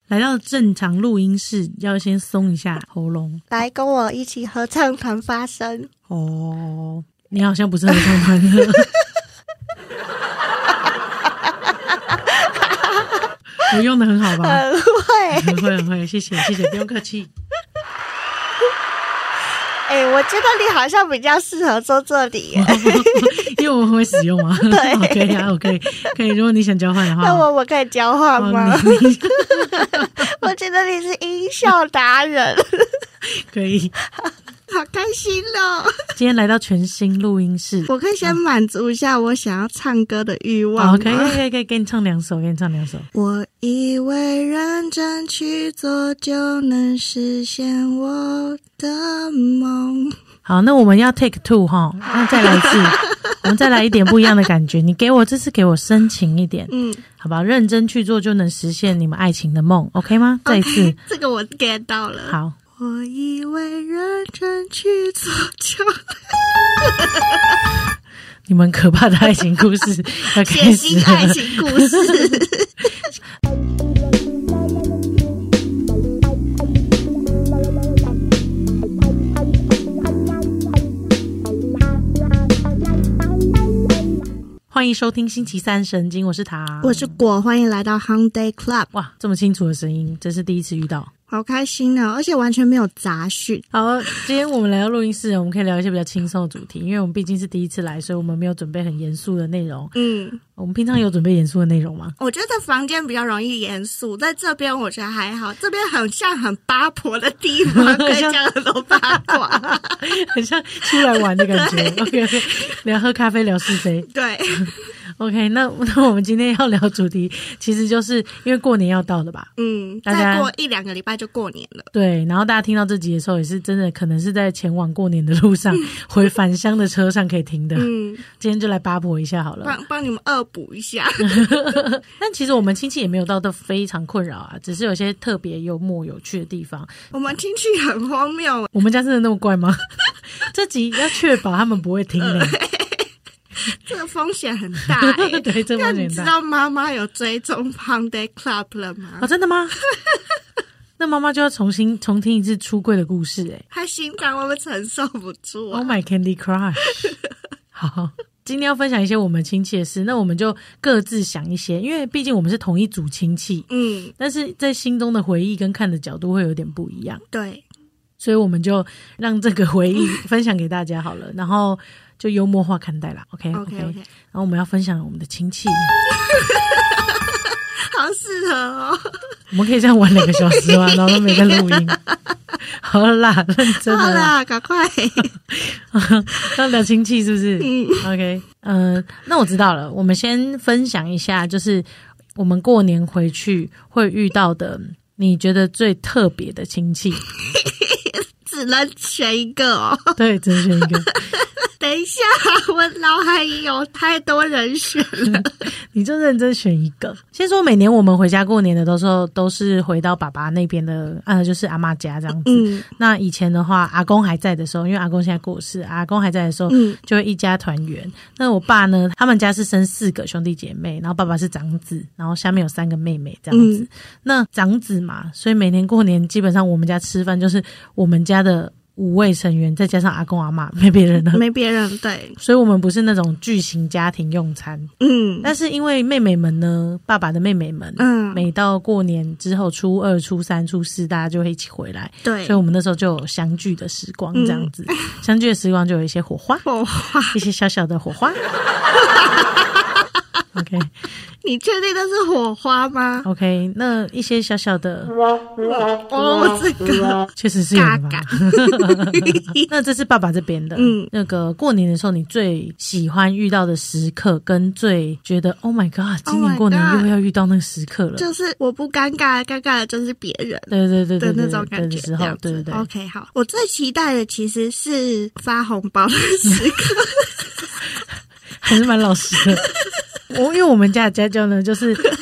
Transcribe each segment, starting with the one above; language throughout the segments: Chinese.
来到正常录音室要先松一下喉咙， 来跟我一起合唱团发声。 哦，你好像不是合唱团的。我用的很好吧？很会，谢谢，不用客气。 我觉得你好像比较适合坐这里耶。 因为我会使用嘛。 对， 可以啊，可以。如果你想交换的话， 那我们可以交换吗？我觉得你是音效达人。 可以。 好开心哦！ 今天来到全新录音室， 我可以先满足一下我想要唱歌的欲望吗？ 可以，给你唱两首，我以为认真去做就能实现我的梦。 好，那我们要 take two 齁，那再来一次，我们再来一点不一样的感觉。你这次给我深情一点，好吧？认真去做就能实现你们爱情的梦 ，OK 吗？再一次， 这个我 get 到了。 好。 我以为认真去做就你们可怕的爱情故事要开始了。 血腥爱情故事。 欢迎收听星期三神经，我是塔， 我是果，欢迎来到 Hyundai Club。 哇，这么清楚的声音，真是第一次遇到。 好开心哦，而且完全没有杂讯。 好，今天我们来到录音室，我们可以聊一些比较轻松的主题，因为我们毕竟是第一次来，所以我们没有准备很严肃的内容。我们平常有准备严肃的内容吗？ 我觉得房间比较容易严肃，在这边我觉得还好，这边很像很八婆的地方，可以讲很多八卦， 很像出来玩的感觉。OK， 聊喝咖啡聊是非。 对。 OK， 那我们今天要聊主题，其实就是因为过年要到了吧？ 再过1-2个礼拜就过年了。 对，然后大家听到这集的时候，也是真的可能是在前往过年的路上，回返乡的车上可以听的。今天就来八婆一下好了， 帮你们恶补一下。 但其实我们亲戚也没有到的非常困扰啊，只是有些特别幽默有趣的地方。 我们亲戚很荒谬。 我们家真的那么怪吗？这集要确保他们不会听的。 这个风险很大对，这个风险很大。 你知道妈妈有追踪 Hyundai Club 了吗？ 真的吗？那妈妈就要重听一次出柜的故事她心脏会不会承受不住啊？ Oh my Candy Crush。 好，今天要分享一些我们亲戚的事，那我们就各自想一些，因为毕竟我们是同一组亲戚，但是在心中的回忆跟看的角度会有点不一样。 对， 所以我们就让这个回忆分享给大家好了，然后就幽默化看待啦。OK， 然后我们要分享我们的亲戚。 好适合哦。 我们可以这样玩2个小时吗？然后都没在录音。好啦，认真的啦。 好啦，赶快。 要聊亲戚是不是？OK， 那我知道了。我们先分享一下，就是我们过年回去会遇到的，你觉得最特别的亲戚。 只能选一个哦。 对，只能选一个。 等一下，我脑海里有太多人选了。 你就认真选一个。先说每年我们回家过年的时候，都是回到爸爸那边的，就是阿嬷家这样子。那以前的话，阿公还在的时候，因为阿公现在过世，阿公还在的时候，就会一家团圆。那我爸呢，他们家是生4个兄弟姐妹，然后爸爸是长子，然后下面有3个妹妹这样子。那长子嘛，所以每年过年基本上我们家吃饭就是我们家的5位成员，再加上阿公阿嬷，没别人了， 没别人。对， 所以我们不是那种巨型家庭用餐。但是因为妹妹们呢，爸爸的妹妹们，每到过年之后，初2、初3、初4，大家就会一起回来。 对， 所以我们那时候就有相聚的时光，这样子。相聚的时光就有一些火花，一些小小的火花。OK， 你确定那是火花吗 ？OK， 那一些小小的， 这个确实是有的吧。那这是爸爸这边的，那个过年的时候，你最喜欢遇到的时刻，跟最觉得 Oh my God， 今年过年又要遇到那个时刻了， 就是我不尴尬，尴尬的就是别人， 对的那种感觉时候，对。 OK， 好，我最期待的其实是发红包的时刻， 还是蛮老实的。因为我们家的家教呢，就是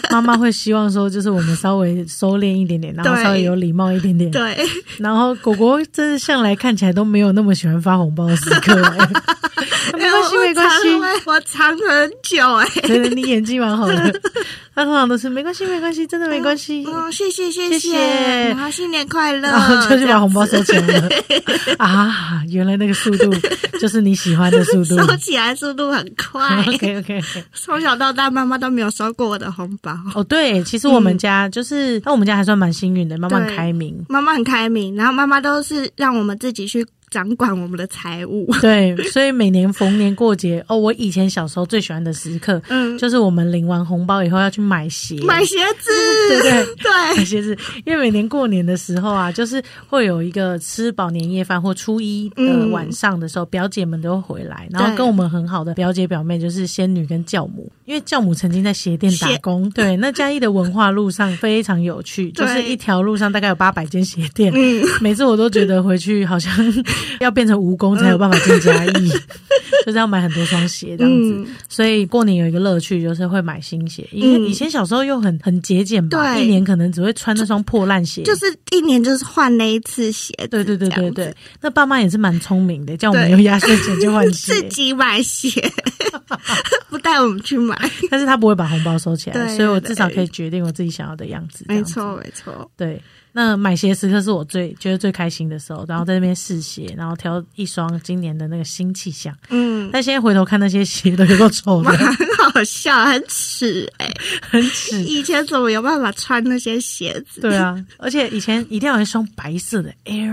妈妈会希望说就是我们稍微收敛一点点，然后稍微有礼貌一点点。 对， 然后果果真是向来看起来都没有那么喜欢发红包的时刻。没关系没关系， 我藏很久对，你演技蛮好的。他通常都是没关系没关系，真的没关系。 谢谢谢谢， 然后新年快乐， 然后就去把红包收起来了。啊，原来那个速度就是你喜欢的速度， 收起来速度很快。 OK， 从小到大妈妈都没有收过我的红包。 哦，对，其实我们家就是那我们家还算蛮幸运的，妈妈很开明， 妈妈很开明，然后妈妈都是让我们自己去掌管我们的财务。 对，所以每年逢年过节，我以前小时候最喜欢的时刻，就是我们领完红包以后要去买鞋子，对，买鞋子，因为每年过年的时候啊，就是会有一个吃饱年夜饭或初一的晚上的时候，表姐们都会回来，然后跟我们很好的表姐表妹就是仙女跟教母，因为教母曾经在鞋店打工，对，那嘉义的文化路上非常有趣，就是一条路上大概有800间鞋店，每次我都觉得回去好像要变成蜈蚣才有办法进嘉义，就是要买很多双鞋这样子，所以过年有一个乐趣就是会买新鞋，以前小时候又很节俭吧，一年可能只会穿那双破烂鞋， 就是一年就是换那一次鞋子， 对，那爸妈也是蛮聪明的，叫我们用压岁钱去换鞋， 自己买鞋不带我们去买， 但是他不会把红包收起来，所以我至少可以决定我自己想要的样子， 没错， 对。那买鞋时刻是我觉得最开心的时候，然后在那边试鞋，然后挑一双今年的那个新气象。但现在回头看那些鞋都有够丑的， 很好笑，很耻很耻。 以前怎么有办法穿那些鞋子？ 对啊，而且以前一定要有一双白色的 Air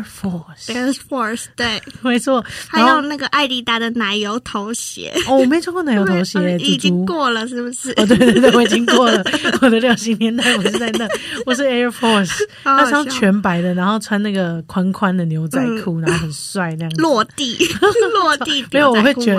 Force， 对， 没错。 还有那个艾迪达的奶油头鞋。 哦，我没穿过奶油头鞋， 已经过了是不是？ 哦，对，我已经过了。我的60年代我是在那，我是 Air Force。那双全白的，然后穿那个宽宽的牛仔裤，然后很帅那样子。 落地没有，我会卷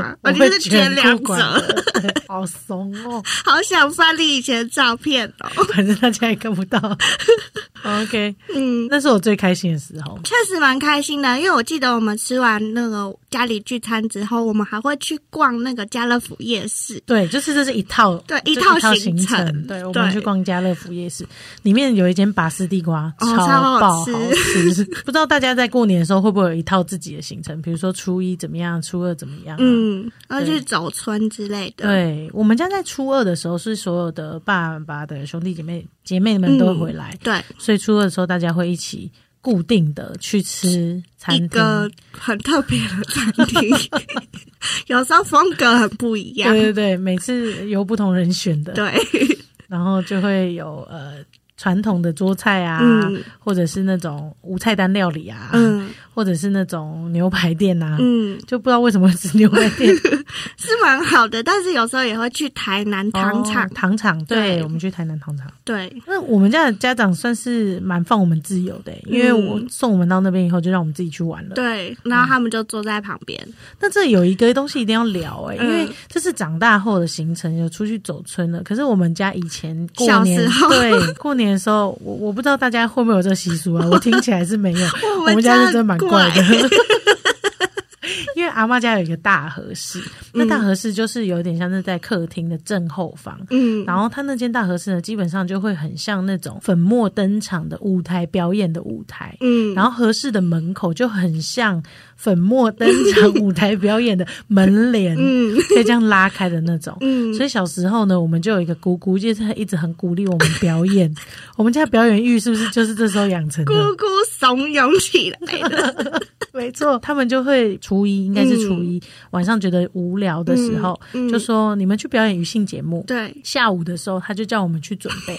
2折， 好怂哦！ 好想翻你以前的照片哦， 反正大家也看不到。OK， 那是我最开心的时候， 确实蛮开心的，因为我记得我们吃完那个家里聚餐之后，我们还会去逛那个家乐福夜市。 对，就是这是一套行程。对，我们去逛家乐福夜市，里面有一间拔丝地瓜。超爆好吃！不知道大家在过年的时候会不会有一套自己的行程，比如说初一怎么样，初二怎么样， 要去走村之类的。 对，我们家在初二的时候是所有的爸爸的兄弟姐妹们都会回来， 对， 所以初二的时候大家会一起固定的去吃餐厅， 一个很特别的餐厅，有时候风格很不一样。 对，每次由不同人选的， 对， 然后就会有传统的桌菜啊，或者是那种无菜单料理啊，或者是那种牛排店啊，就不知道为什么会吃牛排店， 是蛮好的。但是有时候也会去台南糖厂， 对，我们去台南糖厂。 对， 那我们家的家长算是蛮放我们自由的，因为我送我们到那边以后，就让我们自己去玩了。 对，然后他们就坐在旁边。 那这有一个东西一定要聊因为这是长大后的行程，有出去走村了。可是我们家以前过年， 小时候对过年的时候，我不知道大家会不会有这个习俗啊？我听起来是没有，我们家是真蛮怪的。因为阿嬷家有一个大和室，那大和室就是有点像是在客厅的正后方，然后它那间大和室呢，基本上就会很像那种粉墨登场的舞台表演的舞台，然后和室的门口就很像粉墨登场舞台表演的门帘，可以这样拉开的那种，所以小时候呢，我们就有一个姑姑，就是一直很鼓励我们表演。我们家表演欲是不是就是这时候养成的？ 姑姑怂恿起来的。 没错，他们就会初一，应该是初一晚上觉得无聊的时候，就说你们去表演娱性节目。 对， 下午的时候他就叫我们去准备。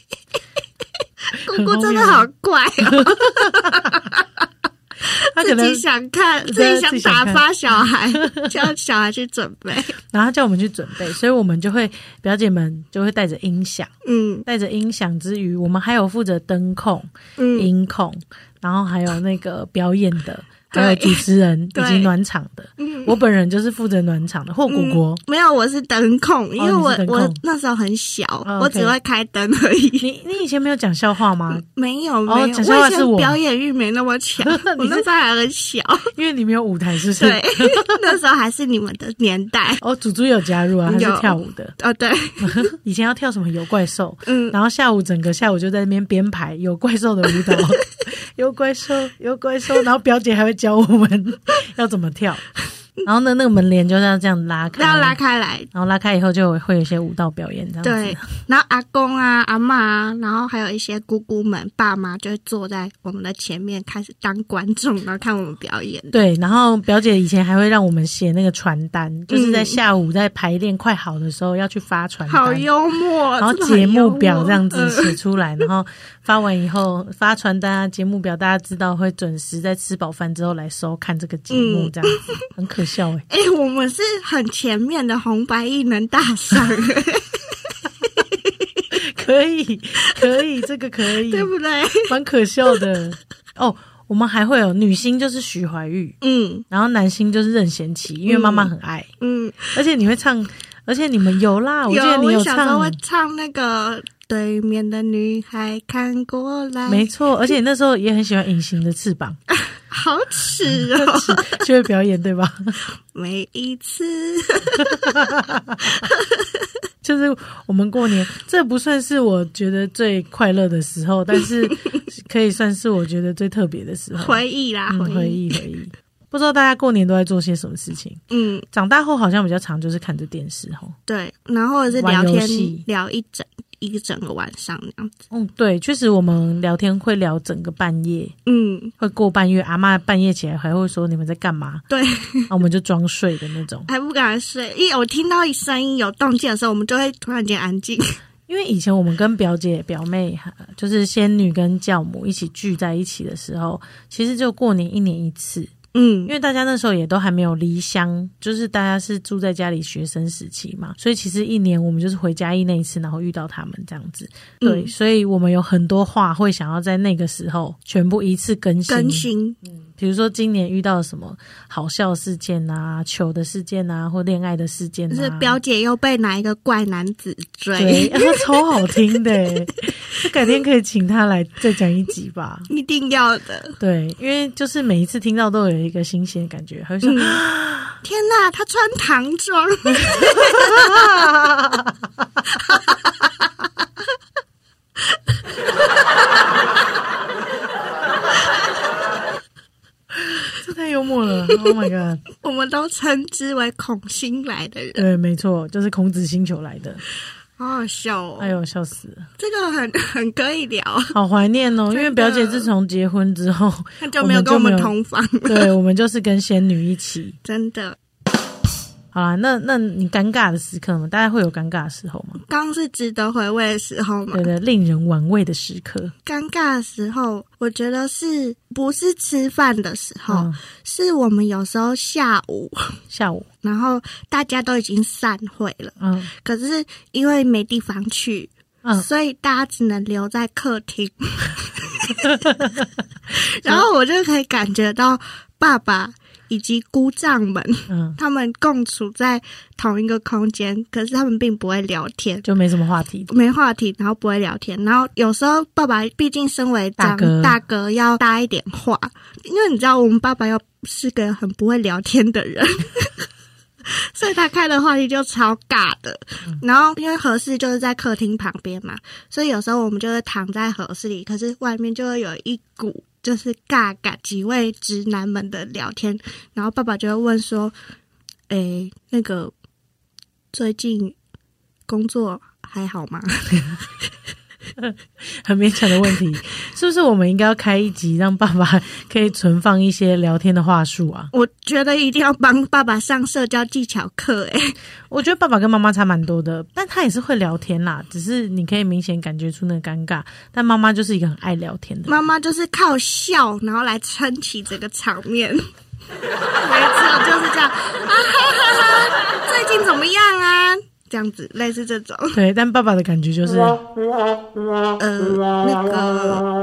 姑姑真的好怪哦。他自己想看，自己想打发小孩，叫小孩去准备， 然后他叫我们去准备，所以我们就会表姐们就会带着音响，带着音响之余，我们还有负责灯控、音控，然后还有那个表演的。 还有主持人以及暖场的。我本人就是负责暖场的，或果果。 没有，我是灯控，因为我那时候很小，我只会开灯而已。 你以前没有讲笑话吗？ 没有， 讲笑话是我表演欲没那么强，我那时候还很小， 因为你没有舞台，是不是？ 对，那时候还是你们的年代。 祖祖有加入啊，他是跳舞的。 对， 以前要跳什么有怪兽，然后整个下午就在那边编排有怪兽的舞蹈，有怪兽，有怪兽，然后表姐还会教我们要怎么跳。然后呢，那个门帘就是要这样拉开， 要拉开来， 然后拉开以后就会有一些舞蹈表演这样子。 对，然后阿公啊、阿嬷啊，然后还有一些姑姑们、爸妈就会坐在我们的前面开始当观众，然后看我们表演。 对，然后表姐以前还会让我们写那个传单，就是在下午在排练快好的时候要去发传单， 好幽默。 然后节目表这样子写出来，然后发完以后发传单啊，节目表大家知道会准时在吃饱饭之后来收看这个节目，这样子很可笑我们是很前面的红白艺能大赏可以，这个可以， 对不对？ 蛮可笑的我们还会有女星就是徐怀钰，然后男星就是任贤齐，因为妈妈很爱，而且你会唱，而且你们有啦，我记得你有唱， 我小时候会唱那个对面的女孩看过来， 没错，而且你那时候也很喜欢隐形的翅膀。 好耻哦！ 就会表演对吧？ 每一次就是我们过年，这不算是我觉得最快乐的时候，但是可以算是我觉得最特别的时候。 回忆啦， 回忆。不知道大家过年都在做些什么事情？长大后好像比较常就是看着电视吼。 对，然后或者是聊天，聊一整个晚上那样子。 对，确实我们聊天会聊整个半夜，会过半夜，阿嬷半夜起来还会说你们在干嘛？ 对， 然后我们就装睡的那种， 还不敢睡，我听到声音有动静的时候，我们就会突然间安静。 因为以前我们跟表姐表妹就是仙女跟教母一起聚在一起的时候，其实就过年1年1次。因为大家那时候也都还没有离乡，就是大家是住在家里学生时期嘛，所以其实1年我们就是回嘉义那一次，然后遇到他们这样子。对，所以我们有很多话会想要在那个时候全部一次更新。比如说今年遇到什么好笑事件啊、糗的事件啊，或恋爱的事件啊， 就是表姐又被哪一个怪男子追， 超好听的耶就改天可以请他来再讲一集吧。 一定要的。对， 因为就是每一次听到都有一个新鲜的感觉，还会说天哪，他穿唐装这太幽默了 Oh my god 我们都称之为孔星来的人。 对，没错，就是孔子星球来的。 好好笑哦！ 哎呦，笑死了！ 这个很可以聊， 好怀念哦。因为表姐自从结婚之后， 她就没有跟我们同房了。 对，我们就是跟仙女一起。 真的。 好啦，那你尴尬的时刻吗？大家会有尴尬的时候吗？ 刚是值得回味的时候吗？ 对对，令人玩味的时刻。 尴尬的时候，我觉得不是吃饭的时候，是我们有时候下午，然后大家都已经散会了，可是因为没地方去，所以大家只能留在客厅，然后我就可以感觉到爸爸以及姑丈们，他们共处在同一个空间，可是他们并不会聊天， 就没什么话题， 然后不会聊天，然后有时候爸爸毕竟身为大哥要搭一点话，因为你知道我们爸爸又是个很不会聊天的人所以他开的话题就超尬的，然后因为和室就是在客厅旁边嘛，所以有时候我们就会躺在和室里，可是外面就会有一股就是尬感，几位直男们的聊天，然后爸爸就会问说那个最近工作还好吗很勉强的问题是不是我们应该要开一集让爸爸可以存放一些聊天的话术啊？ 我觉得一定要帮爸爸上社交技巧课我觉得爸爸跟妈妈差蛮多的，但他也是会聊天啦，只是你可以明显感觉出那个尴尬，但妈妈就是一个很爱聊天的， 妈妈就是靠笑然后来撑起这个场面没错，就是这样最近怎么样啊，这样子类似这种。 对，但爸爸的感觉就是那个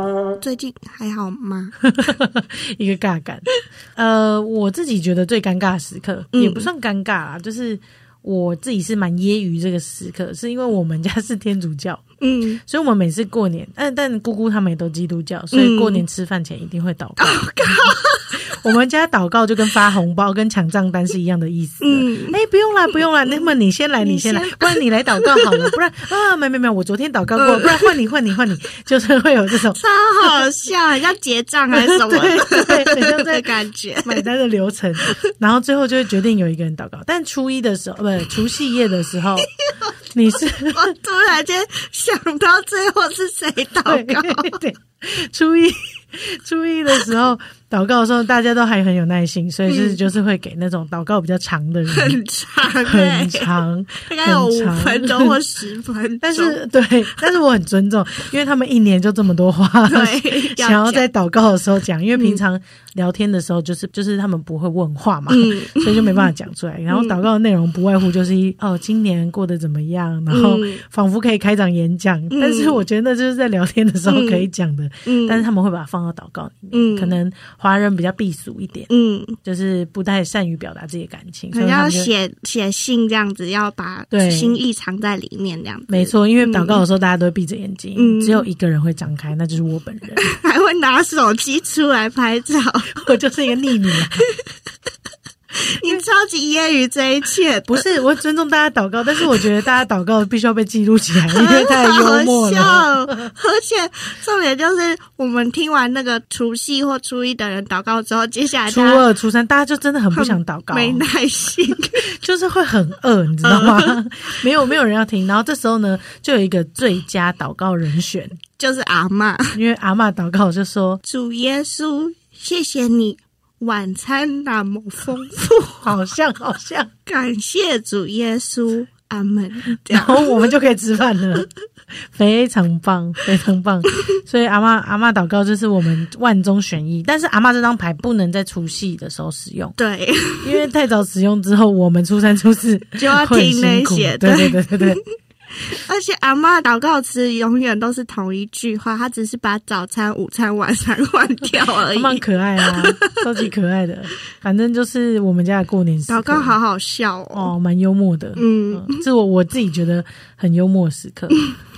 最近还好吗？ 一个尬感。我自己觉得最尴尬的时刻，也不算尴尬啦，就是我自己是蛮揶揄这个时刻，是因为我们家是天主教，所以我们每次过年，但姑姑他们也都基督教，所以过年吃饭前一定会祷告。我们家祷告就跟发红包跟抢账单是一样的意思。不用啦，那么你先来，不然你来祷告好了，不然没有，我昨天祷告过，不然换你，就是会有这种超好笑，很像结账还是什么的， 对，很像这感觉买单的流程，然后最后就会决定有一个人祷告。但初一的时候，除夕夜的时候，你是我突然间想到最后是谁祷告？ 对，初一的时候祷告的时候，大家都还很有耐心，所以就是会给那种祷告比较长的人， 很长， 大概有5分钟或10分钟。 但是我很尊重，因为他们一年就这么多话，想要在祷告的时候讲，因为平常聊天的时候就是他们不会问话嘛，所以就没办法讲出来。然后祷告的内容不外乎就是今年过得怎么样，然后仿佛可以开场演讲，但是我觉得就是在聊天的时候可以讲的，但是他们会把它放到祷告里面，可能华人比较避俗一点，就是不太善于表达自己的感情， 所以要写信这样子，要把心意藏在里面这样子。 没错，因为祷告的时候大家都会闭着眼睛，只有一个人会张开，那就是我本人， 还会拿手机出来拍照， 我就是一个匿名啊。 你超级揶揄这一切， 不是我尊重大家祷告，但是我觉得大家祷告必须要被记录起来，因为太幽默了。 而且重点就是我们听完那个除夕或初一的人祷告之后，接下来初二、初三大家就真的很不想祷告， 没耐心， 就是会很饿，你知道吗？没有人要听，然后这时候呢，就有一个最佳祷告人选， 就是阿嬷， 因为阿嬷祷告就说：“ 主耶稣，谢谢你。晚餐那么丰富， 好像， 感谢主耶稣，阿们。 然后我们就可以吃饭了，非常棒。所以阿嬷祷告就是我们万中选一，但是阿嬷这张牌不能在除夕的时候使用， 对， 因为太早使用之后，我们初三、初四就要听那些， 对。 而且阿嬷祷告词永远都是同一句话，她只是把早餐、午餐、晚餐换掉而已。 蛮可爱啊，超级可爱的。反正就是我们家的过年时刻， 祷告好好笑哦，蛮幽默的。是我自己觉得很幽默的时刻。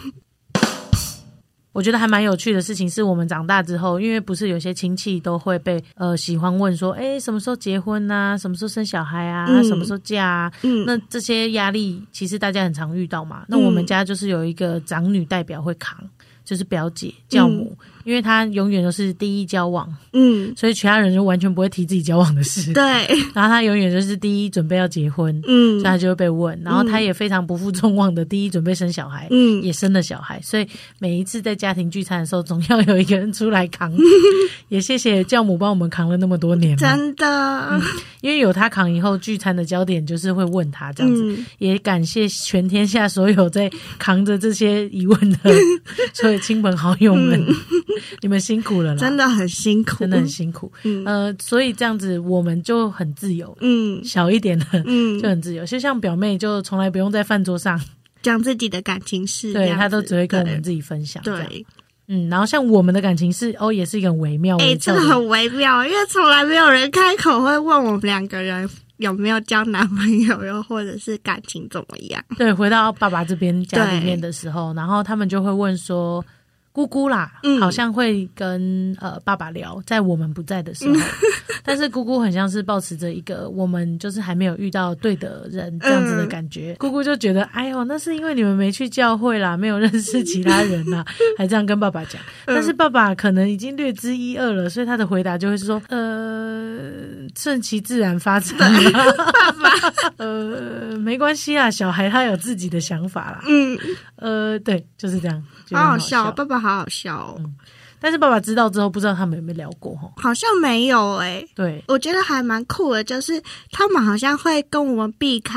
我觉得还蛮有趣的事情是我们长大之后，因为不是有些亲戚都会被喜欢问说什么时候结婚啊，什么时候生小孩啊，什么时候嫁啊，那这些压力其实大家很常遇到嘛。那我们家就是有一个长女代表会扛，就是表姐教母，因为她永远都是第一交往，所以其他人就完全不会提自己交往的事， 对， 然后她永远就是第一准备要结婚，所以她就会被问，然后她也非常不负众望的第一准备生小孩，也生了小孩，所以每一次在家庭聚餐的时候总要有一个人出来扛，也谢谢教母帮我们扛了那么多年， 真的， 因为有她扛以后聚餐的焦点就是会问她这样子，也感谢全天下所有在扛着这些疑问的所以亲朋好友们，你们辛苦了啦， 真的很辛苦， 真的很辛苦。所以这样子我们就很自由，小一点的，就很自由。就像表妹就从来不用在饭桌上讲自己的感情事， 对，她都只会跟我们自己分享。 对， 然后像我们的感情事也是一个很微妙， 真的很微妙，因为从来没有人开口会问我们两个人有没有交男朋友，又或者是感情怎么样。 对，回到爸爸这边家里面的时候，然后他们就会问说姑姑啦，好像会跟爸爸聊，在我们不在的时候，但是姑姑很像是抱持着一个我们就是还没有遇到对的人这样子的感觉，姑姑就觉得哎呦，那是因为你们没去教会啦，没有认识其他人啦，还这样跟爸爸讲，但是爸爸可能已经略知一二了，所以他的回答就会是说顺其自然发展啦，爸爸没关系啦，小孩他有自己的想法啦，对，就是这样， 好好笑，爸爸好好笑哦。 但是爸爸知道之后，不知道他们有没有聊过齁？ 好像没有对， 我觉得还蛮酷的，就是他们好像会跟我们避开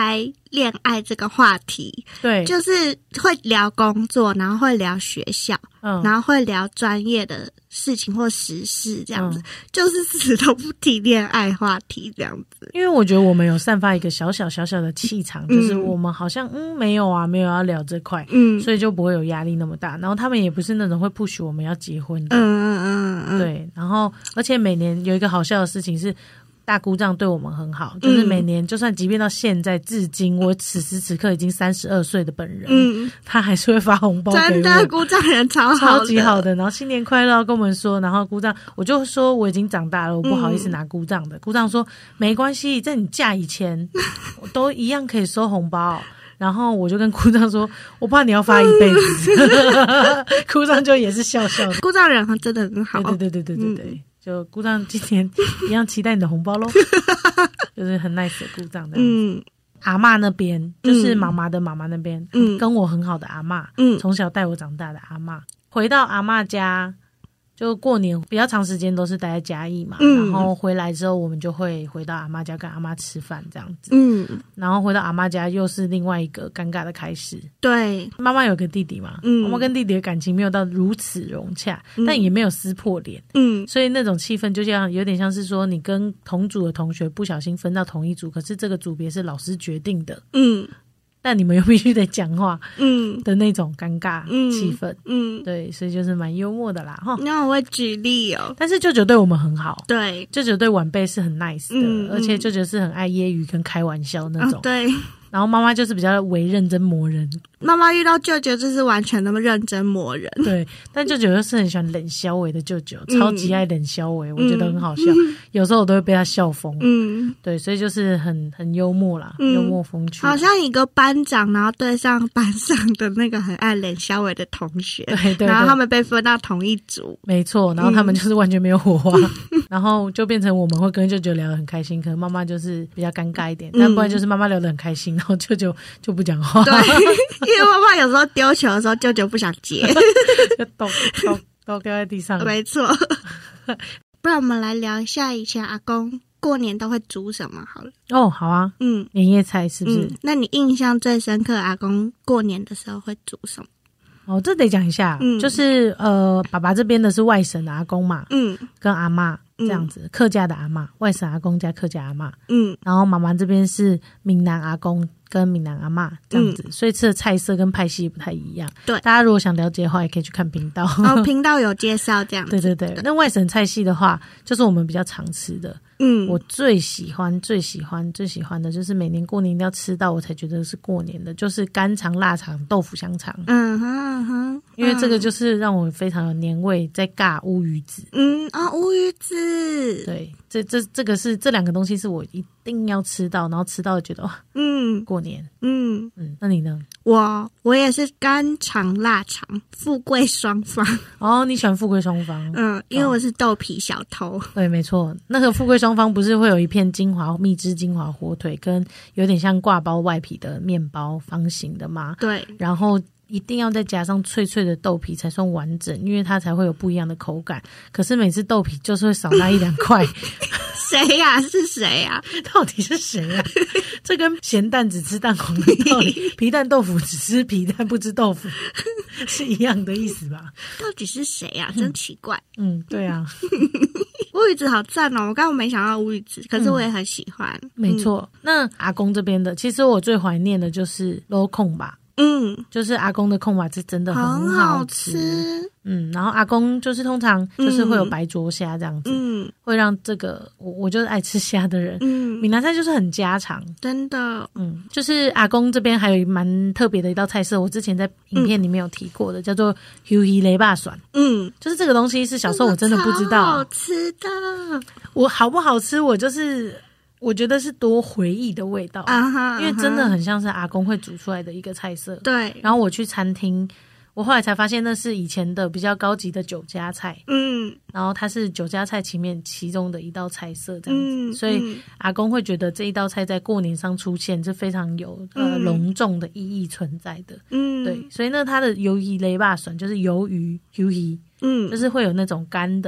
恋爱这个话题， 对， 就是会聊工作，然后会聊学校，然后会聊专业的事情或时事这样子，就是死都不提恋爱话题这样子。 因为我觉得我们有散发一个小小的气场，就是我们好像没有要聊这块，所以就不会有压力那么大。然后他们也不是那种会 push 我们要结婚的，对。然后而且每年有一个好笑的事情是，大姑丈对我们很好，就是每年就算即便到现在至今，我此时此刻已经32岁的本人，他还是会发红包给我。 真的，姑丈人超级好的，然后新年快乐跟我们说，然后姑丈我就说我已经长大了，我不好意思拿姑丈的。姑丈说没关系，在你嫁以前我都一样可以收红包。然后我就跟姑丈说，我怕你要发一辈子。姑丈就也是笑笑的。 姑丈人真的很好。 对。就姑丈今年一样期待你的红包咯。就是很 nice 的姑丈的。阿嬷那边就是妈妈的妈妈那边，跟我很好的阿嬷，从小带我长大的阿嬷，回到阿嬷家。就过年比较长时间都是待在嘉义嘛，然后回来之后我们就会回到阿嬷家跟阿嬷吃饭这样子，然后回到阿嬷家又是另外一个尴尬的开始。 对，妈妈有个弟弟嘛，妈妈跟弟弟的感情没有到如此融洽，但也没有撕破脸，所以那种气氛就像有点像是说你跟同组的同学不小心分到同一组，可是这个组别是老师决定的，但你们又必须得讲话，的那种尴尬气氛，对，所以就是蛮幽默的啦，哈。 那我会举例哦， 但是舅舅对我们很好， 对， 舅舅对晚辈是很 nice 的，而且舅舅是很爱揶揄跟开玩笑那种， 对。 然后妈妈就是比较为认真磨人， 妈妈遇到舅舅就是完全那么认真磨人， 对。但舅舅又是很喜欢冷笑话的舅舅，超级爱冷笑话，我觉得很好笑，有时候我都会被他笑疯，对，所以就是很幽默啦，幽默风趣， 好像一个班长，然后对上班上的那个很爱冷笑话的同学， 对， 然后他们被分到同一组， 没错，然后他们就是完全没有火花，然后就变成我们会跟舅舅聊得很开心，可能妈妈就是比较尴尬一点，但不然就是妈妈聊得很开心，然后舅舅就不讲话， 对，因为妈妈有时候丢球的时候，舅舅不想接， 就都掉在地上， 没错。不然我们来聊一下以前阿公过年都会煮什么好了。 哦，好啊，年夜菜是不是？ 那你印象最深刻阿公过年的时候会煮什么？ 哦，这得讲一下，就是爸爸这边的是外省的阿公嘛，跟阿嬷这样子，客家的阿嬷，外省阿公加客家阿嬷，然后妈妈这边是闽南阿公跟闽南阿嬷这样子，所以吃的菜色跟派系不太一样。对，大家如果想了解的话，也可以去看频道， 频道有介绍这样子。 对，那外省菜系的话，就是我们比较常吃的。我最喜欢的就是每年过年一定要吃到，我才觉得是过年的，就是干肠、腊肠、豆腐香肠。因为这个就是让我非常有年味，再尬乌鱼子。 乌鱼子。 对，这个是这两个东西是我一定要吃到，然后吃到觉得过年。那你呢？ 我也是干肠、腊肠，富贵双方。 哦，你喜欢富贵双方？ 因为我是豆皮小偷。 对，没错，那个富贵双方不是会有一片蜜汁金华火腿，跟有点像挂包外皮的面包方形的吗？对，然后一定要再加上脆脆的豆皮才算完整，因为它才会有不一样的口感。可是每次豆皮就是会少那一两块。 谁呀？是谁呀？ 到底是谁呀？这跟咸蛋只吃蛋黄的道理，皮蛋豆腐只吃皮蛋不吃豆腐是一样的意思吧？ 到底是谁呀？真奇怪。 对啊。 乌鱼子好赞哦！我刚刚没想到乌鱼子，可是我也很喜欢。 没错，那阿公这边的，其实我最怀念的就是肉控吧。就是阿公的控吧，是真的很好吃。然后阿公就是通常就是会有白灼虾这样子，会让这个我就是爱吃虾的人，闽南菜就是很家常，真的。就是阿公这边还有一蛮特别的一道菜色，我之前在影片里面有提过的，叫做鱿鱼雷霸蒜。就是这个东西是小时候我真的不知道， 好吃的。 我好不好吃，我觉得是多回忆的味道，因为真的很像是阿公会煮出来的一个菜色。对，然后我去餐厅，我后来才发现那是以前的比较高级的酒家菜。然后它是酒家菜其中的一道菜色这样子，所以阿公会觉得这一道菜在过年上出现是非常有隆重的意义存在的。对，所以呢，它的鱿鱼雷霸蒜就是鱿鱼，就是会有那种干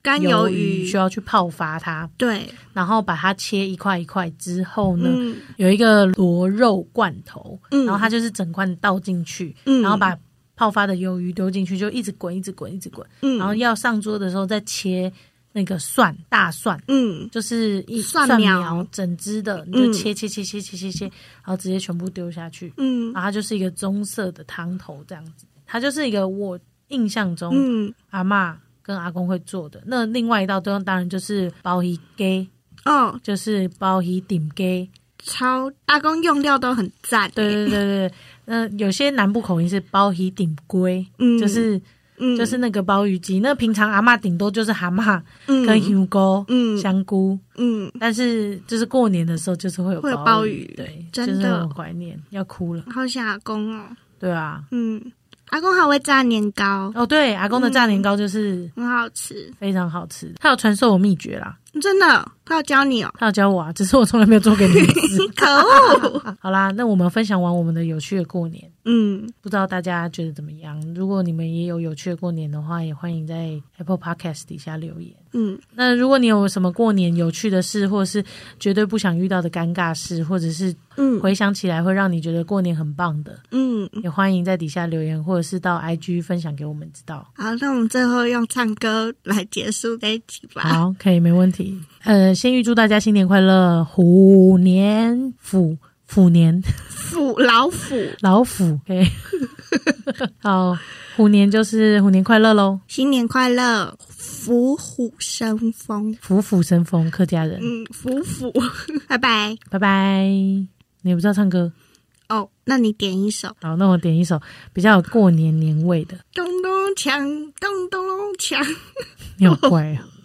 干鱿鱼需要去泡发它， 对， 然后把它切一块一块之后呢，有一个螺肉罐头，然后它就是整罐倒进去，然后把泡发的鱿鱼丢进去，就一直滚一直滚一直滚，然后要上桌的时候再切那个大蒜，就是蒜苗整只的，你就切，然后直接全部丢下去，然后它就是一个棕色的汤头这样子。它就是一个我印象中，阿嬷跟阿公会做的。那另外一道当然就是包鱼鸡哦，就是包鱼顶鸡， 阿公用料都很赞。 对，有些南部口音是包鱼顶龟，就是那个鲍鱼鸡。那平常阿嬷顶多就是蛤蟆跟香菇，香菇，但是就是过年的时候就是会有鲍鱼，对， 真的就是很怀念，要哭了。 好想阿公哦。 对啊， 阿公还会炸年糕哦，对，阿公的炸年糕就是很好吃， 非常好吃。他有传授我秘诀啦， 真的，他有教你哦？ 他有教我啊，只是我从来没有做给你们吃。 可恶！ 好啦，那我们分享完我们的有趣的过年，不知道大家觉得怎么样？如果你们也有有趣的过年的话，也欢迎在 Apple Podcast 底下留言。那如果你有什么过年有趣的事，或者是绝对不想遇到的尴尬事，或者是回想起来会让你觉得过年很棒的，也欢迎在底下留言，或者是到 IG 分享给我们知道。 好，那我们最后用唱歌来结束这一集吧。 好，可以，没问题。先预祝大家新年快乐，虎年虎年老虎，可以。好，虎年就是虎年快乐咯， 新年快乐，虎虎生风， 虎虎生风，客家人。 虎，拜拜， 拜拜。你不知道唱歌哦？那你点一首。 好，那我点一首比较有过年年味的。 咚咚锵，咚咚锵。 你好怪啊！